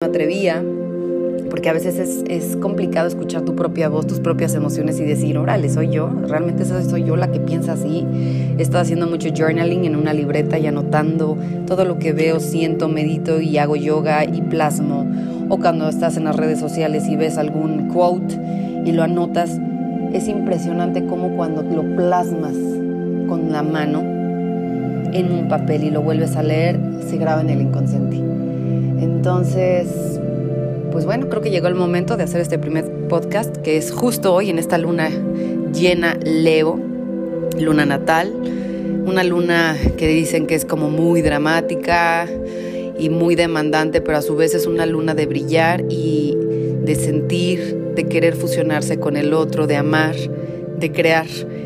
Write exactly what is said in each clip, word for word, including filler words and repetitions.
atrevía, porque a veces es, es complicado escuchar tu propia voz, tus propias emociones y decir, órale, soy yo, realmente soy yo la que piensa así. He estado haciendo mucho journaling en una libreta y anotando todo lo que veo, siento, medito y hago yoga y plasmo. O cuando estás en las redes sociales y ves algún quote y lo anotas, es impresionante cómo cuando lo plasmas con la mano en un papel y lo vuelves a leer, se graba en el inconsciente. Entonces, pues bueno, creo que llegó el momento de hacer este primer podcast, que es justo hoy en esta luna llena Leo, luna natal, una luna que dicen que es como muy dramática y muy demandante, pero a su vez es una luna de brillar y de sentir, de querer fusionarse con el otro, de amar, de crear.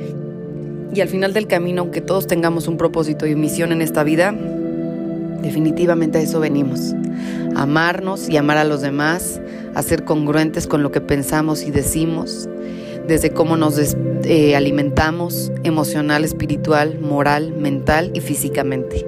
Y al final del camino, aunque todos tengamos un propósito y misión en esta vida, definitivamente a eso venimos. A amarnos y amar a los demás, a ser congruentes con lo que pensamos y decimos, desde cómo nos des, eh, alimentamos emocional, espiritual, moral, mental y físicamente.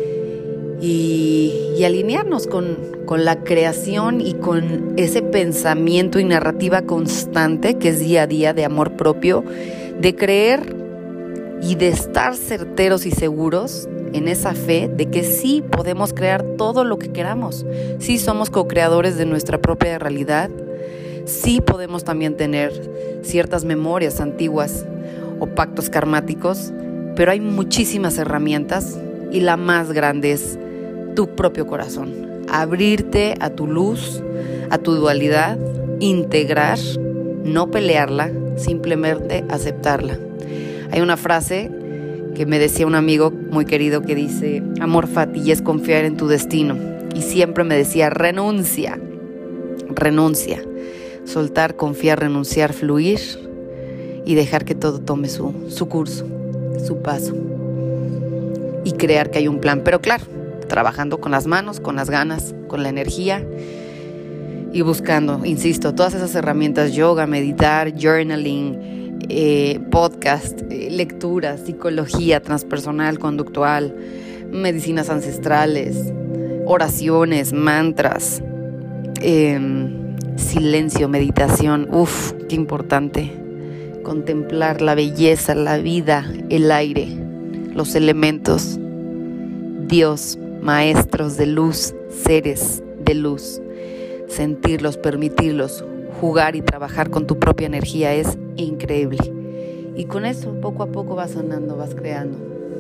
Y, y alinearnos con, con la creación y con ese pensamiento y narrativa constante que es día a día de amor propio, de creer y de estar certeros y seguros en esa fe de que sí podemos crear todo lo que queramos, sí somos co-creadores de nuestra propia realidad, sí podemos también tener ciertas memorias antiguas o pactos karmáticos, pero hay muchísimas herramientas y la más grande es tu propio corazón, abrirte a tu luz, a tu dualidad, integrar, no pelearla, simplemente aceptarla. Hay una frase que me decía un amigo muy querido que dice, amor fati es confiar en tu destino, y siempre me decía, renuncia, renuncia, soltar, confiar, renunciar, fluir y dejar que todo tome su, su curso, su paso y crear que hay un plan, pero claro, trabajando con las manos, con las ganas, con la energía y buscando, insisto, todas esas herramientas, yoga, meditar, journaling, Eh, podcast, eh, lecturas, psicología transpersonal, conductual, medicinas ancestrales, oraciones, mantras, eh, silencio, meditación. Uf, qué importante. Contemplar la belleza, la vida, el aire, los elementos, Dios, maestros de luz, seres de luz, sentirlos, permitirlos, jugar y trabajar con tu propia energía es increíble. Y con eso poco a poco vas sanando, vas creando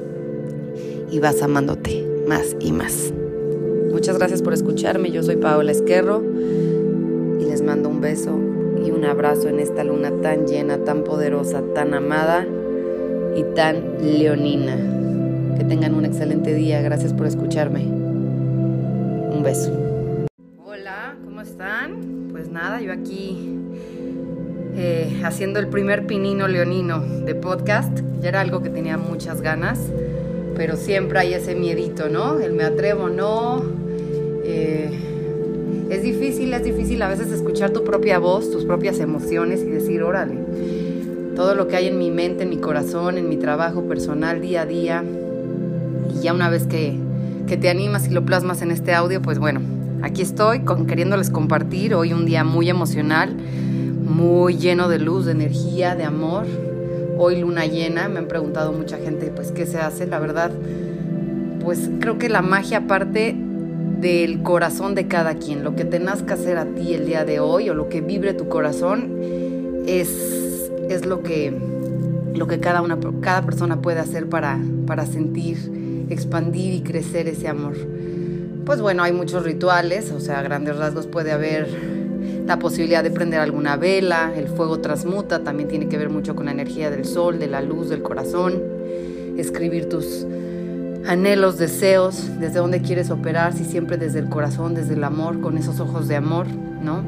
y vas amándote más y más. Muchas gracias por escucharme. Yo soy Paola Esquerro y les mando un beso y un abrazo en esta luna tan llena, tan poderosa, tan amada y tan leonina. Que tengan un excelente día. Gracias por escucharme. Un beso. Hola, ¿cómo están? Pues nada, yo aquí eh, haciendo el primer pinino leonino de podcast. Ya era algo que tenía muchas ganas, pero siempre hay ese miedito, ¿no? El me atrevo, no. Eh, es difícil, es difícil a veces escuchar tu propia voz, tus propias emociones y decir, órale, todo lo que hay en mi mente, en mi corazón, en mi trabajo personal día a día. Y ya una vez que, que te animas y lo plasmas en este audio, pues bueno, aquí estoy con, queriéndoles compartir hoy un día muy emocional, muy lleno de luz, de energía, de amor. Hoy luna llena, me han preguntado mucha gente, pues, ¿qué se hace? La verdad, pues, creo que la magia parte del corazón de cada quien. Lo que te nazca hacer a ti el día de hoy o lo que vibre tu corazón es, es lo que, lo que cada, una, cada persona puede hacer para, para sentir, expandir y crecer ese amor. Pues bueno, hay muchos rituales, o sea, a grandes rasgos puede haber la posibilidad de prender alguna vela, el fuego transmuta, también tiene que ver mucho con la energía del sol, de la luz, del corazón, escribir tus anhelos, deseos, desde dónde quieres operar, si siempre desde el corazón, desde el amor, con esos ojos de amor, ¿no?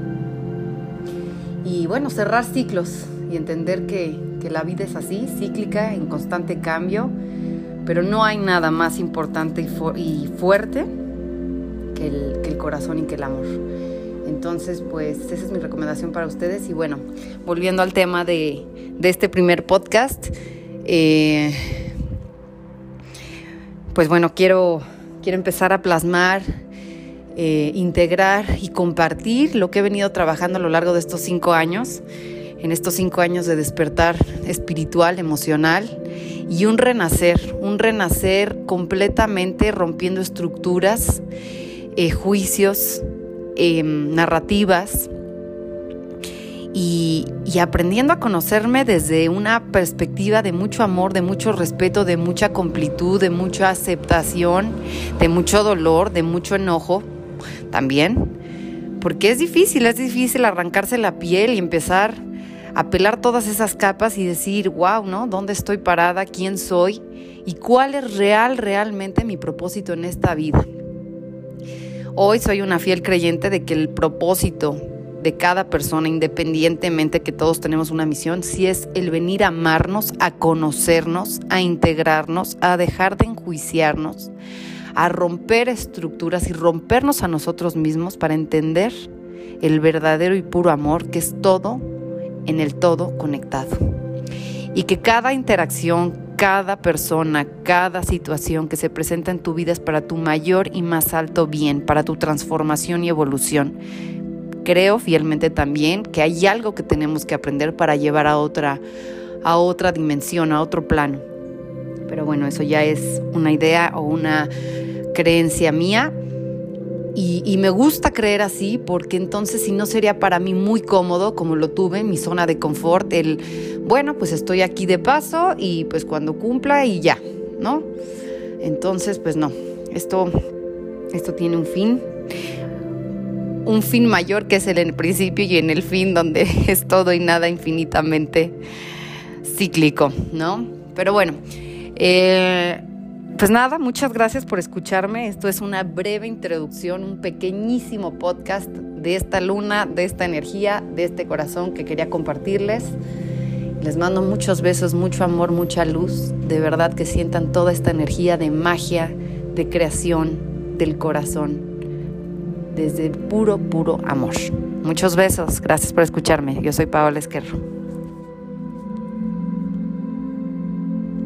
Y bueno, cerrar ciclos y entender que, que la vida es así, cíclica, en constante cambio, pero no hay nada más importante y, fu- y fuerte que el, que el corazón y que el amor. Entonces, pues, esa es mi recomendación para ustedes. Y bueno, volviendo al tema de, de este primer podcast, eh, pues bueno, quiero, quiero empezar a plasmar eh, integrar y compartir lo que he venido trabajando a lo largo de estos cinco años, en estos cinco años de despertar espiritual, emocional y un renacer, un renacer completamente rompiendo estructuras, eh, juicios, eh, narrativas y, y aprendiendo a conocerme desde una perspectiva de mucho amor, de mucho respeto, de mucha completud, de mucha aceptación, de mucho dolor, de mucho enojo también, porque es difícil, es difícil arrancarse la piel y empezar a pelar todas esas capas y decir, wow, ¿no? ¿Dónde estoy parada? ¿Quién soy? ¿Y cuál es real, realmente mi propósito en esta vida? Hoy soy una fiel creyente de que el propósito de cada persona, independientemente que todos tenemos una misión, sí es el venir a amarnos, a conocernos, a integrarnos, a dejar de enjuiciarnos, a romper estructuras y rompernos a nosotros mismos para entender el verdadero y puro amor, que es todo en el todo conectado. Y que cada interacción, cada persona, cada situación que se presenta en tu vida es para tu mayor y más alto bien, para tu transformación y evolución. Creo fielmente también que hay algo que tenemos que aprender para llevar a otra, a otra dimensión, a otro plano. Pero bueno, eso ya es una idea o una creencia mía. Y, y me gusta creer así porque entonces si no sería para mí muy cómodo como lo tuve en mi zona de confort, el, bueno, pues estoy aquí de paso y pues cuando cumpla y ya, ¿no? Entonces, pues no, esto, esto tiene un fin, un fin mayor que es el en el principio y en el fin donde es todo y nada infinitamente cíclico, ¿no? Pero bueno, eh... pues nada, muchas gracias por escucharme. Esto es una breve introducción, un pequeñísimo podcast de esta luna, de esta energía, de este corazón que quería compartirles. Les mando muchos besos, mucho amor, mucha luz. De verdad que sientan toda esta energía de magia, de creación, del corazón, desde puro, puro amor. Muchos besos. Gracias por escucharme. Yo soy Paola Esquerro.